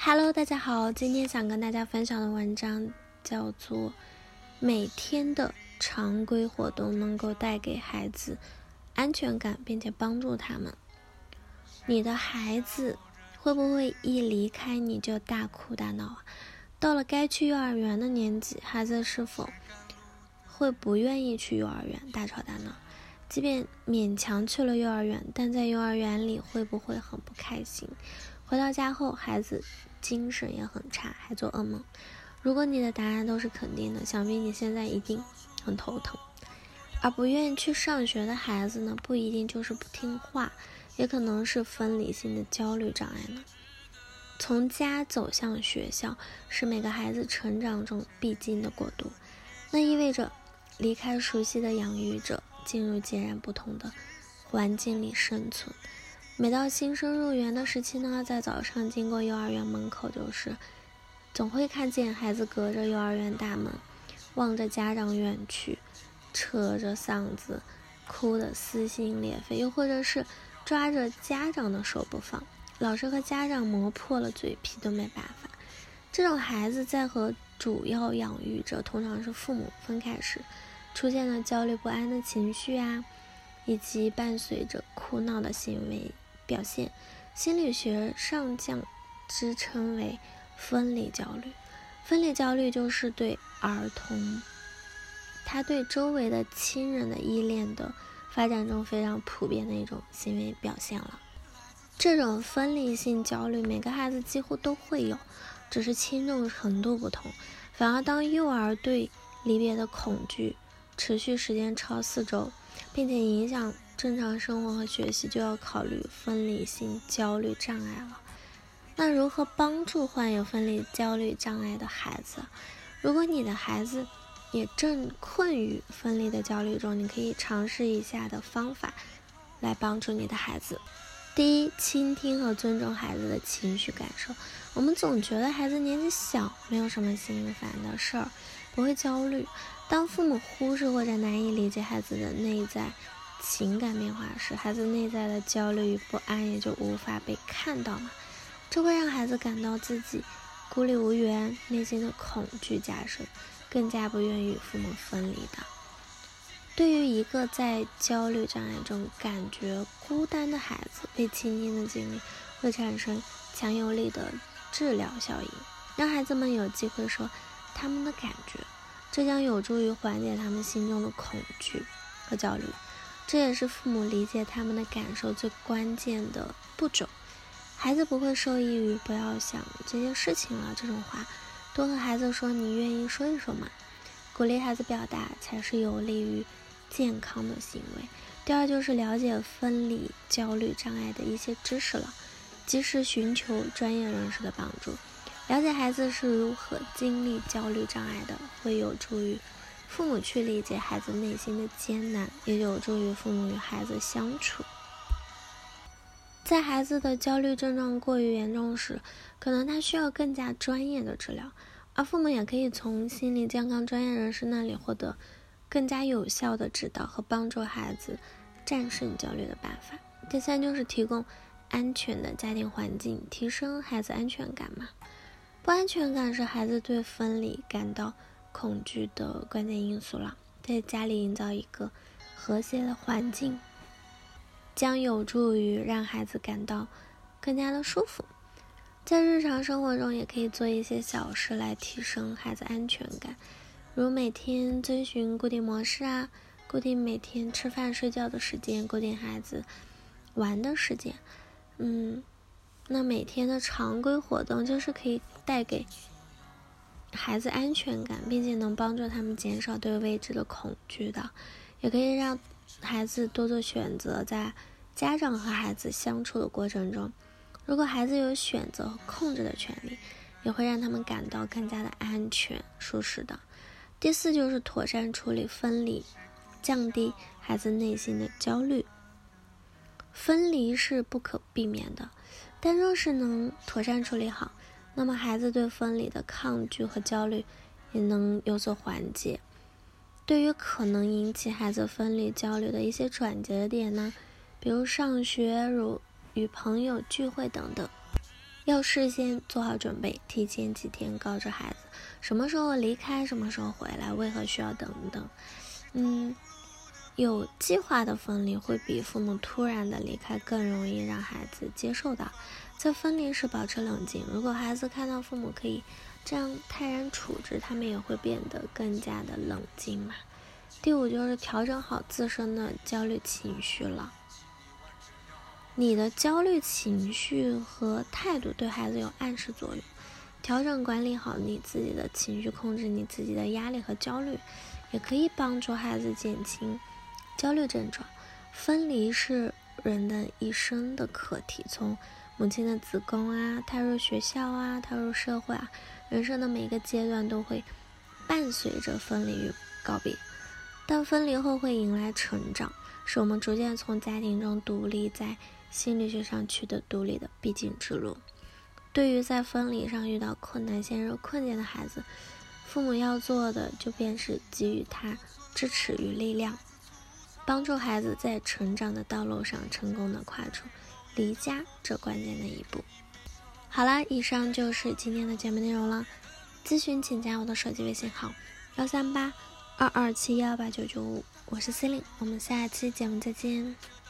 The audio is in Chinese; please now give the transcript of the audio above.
Hello， 大家好，今天想跟大家分享的文章叫做每天的常规活动能够带给孩子安全感，并且帮助他们。你的孩子会不会一离开你就大哭大闹啊？到了该去幼儿园的年纪，孩子是否会不愿意去幼儿园，大吵大闹？即便勉强去了幼儿园，但在幼儿园里会不会很不开心？回到家后，孩子精神也很差，还做噩梦。如果你的答案都是肯定的，想必你现在一定很头疼。而不愿意去上学的孩子呢，不一定就是不听话，也可能是分离性的焦虑障碍呢。从家走向学校是每个孩子成长中必经的过渡，那意味着离开熟悉的养育者，进入截然不同的环境里生存。每到新生入园的时期呢，在早上经过幼儿园门口，总会看见孩子隔着幼儿园大门，望着家长远去，扯着嗓子哭得撕心裂肺，又或者是抓着家长的手不放，老师和家长磨破了嘴皮都没办法。这种孩子在和主要养育者，通常是父母分开时，出现了焦虑不安的情绪啊，以及伴随着哭闹的行为表现，心理学上将之称为分离焦虑。分离焦虑就是对儿童他对周围的亲人的依恋的发展中非常普遍的一种行为表现了。这种分离性焦虑每个孩子几乎都会有，只是轻重程度不同。反而当幼儿对离别的恐惧持续时间超4周，并且影响正常生活和学习，就要考虑分离性焦虑障碍了。那如何帮助患有分离焦虑障碍的孩子？如果你的孩子也正困于分离的焦虑中，你可以尝试一下的方法来帮助你的孩子。第一，倾听和尊重孩子的情绪感受。我们总觉得孩子年纪小，没有什么心烦的事儿，不会焦虑。当父母忽视或者难以理解孩子的内在情感变化时，孩子内在的焦虑与不安也就无法被看到嘛。这会让孩子感到自己孤立无援，内心的恐惧加深，更加不愿与父母分离的。对于一个在焦虑障碍中感觉孤单的孩子，被倾听的经历会产生强有力的治疗效应，让孩子们有机会说他们的感觉，这将有助于缓解他们心中的恐惧和焦虑。这也是父母理解他们的感受最关键的步骤。孩子不会受益于不要想这些事情了这种话，多和孩子说你愿意说一说嘛，鼓励孩子表达才是有利于健康的行为。第二，就是了解分离焦虑障碍的一些知识了，及时寻求专业人士的帮助。了解孩子是如何经历焦虑障碍的，会有助于父母去理解孩子内心的艰难，也有助于父母与孩子相处。在孩子的焦虑症状过于严重时，可能他需要更加专业的治疗，而父母也可以从心理健康专业人士那里获得更加有效的指导和帮助孩子战胜焦虑的办法。第三，就是提供安全的家庭环境，提升孩子安全感嘛。不安全感是孩子对分离感到恐惧的关键因素了。在家里营造一个和谐的环境，将有助于让孩子感到更加的舒服。在日常生活中也可以做一些小事来提升孩子安全感，如每天遵循固定模式啊，固定每天吃饭睡觉的时间，固定孩子玩的时间。那每天的常规活动就是可以带给孩子安全感，并且能帮助他们减少对未知的恐惧的。也可以让孩子多做选择，在家长和孩子相处的过程中，如果孩子有选择和控制的权利，也会让他们感到更加的安全舒适的。第四，就是妥善处理分离，降低孩子内心的焦虑。分离是不可避免的，但若是能妥善处理好，那么孩子对分离的抗拒和焦虑也能有所缓解。对于可能引起孩子分离焦虑的一些转折点呢，比如上学、与朋友聚会等等， 要事先做好准备，提前几天告知孩子什么时候离开，什么时候回来，为何需要等等。有计划的分离会比父母突然的离开更容易让孩子接受到。在分离时保持冷静，如果孩子看到父母可以这样泰然处之，他们也会变得更加的冷静嘛。第5就是调整好自身的焦虑情绪了。你的焦虑情绪和态度对孩子有暗示作用，调整管理好你自己的情绪，控制你自己的压力和焦虑，也可以帮助孩子减轻焦虑症状。分离是人的一生的课题，从母亲的子宫啊，踏入学校啊，踏入社会啊，人生的每一个阶段都会伴随着分离与告别。但分离后会迎来成长，是我们逐渐从家庭中独立，在心理学上取得独立的必经之路。对于在分离上遇到困难、陷入困境的孩子，父母要做的就便是给予他支持与力量，帮助孩子在成长的道路上成功的跨出离家这关键的一步。好啦，以上就是今天的节目内容了。咨询请加我的手机微信号13822718995，我是 Celine，我们下期节目再见。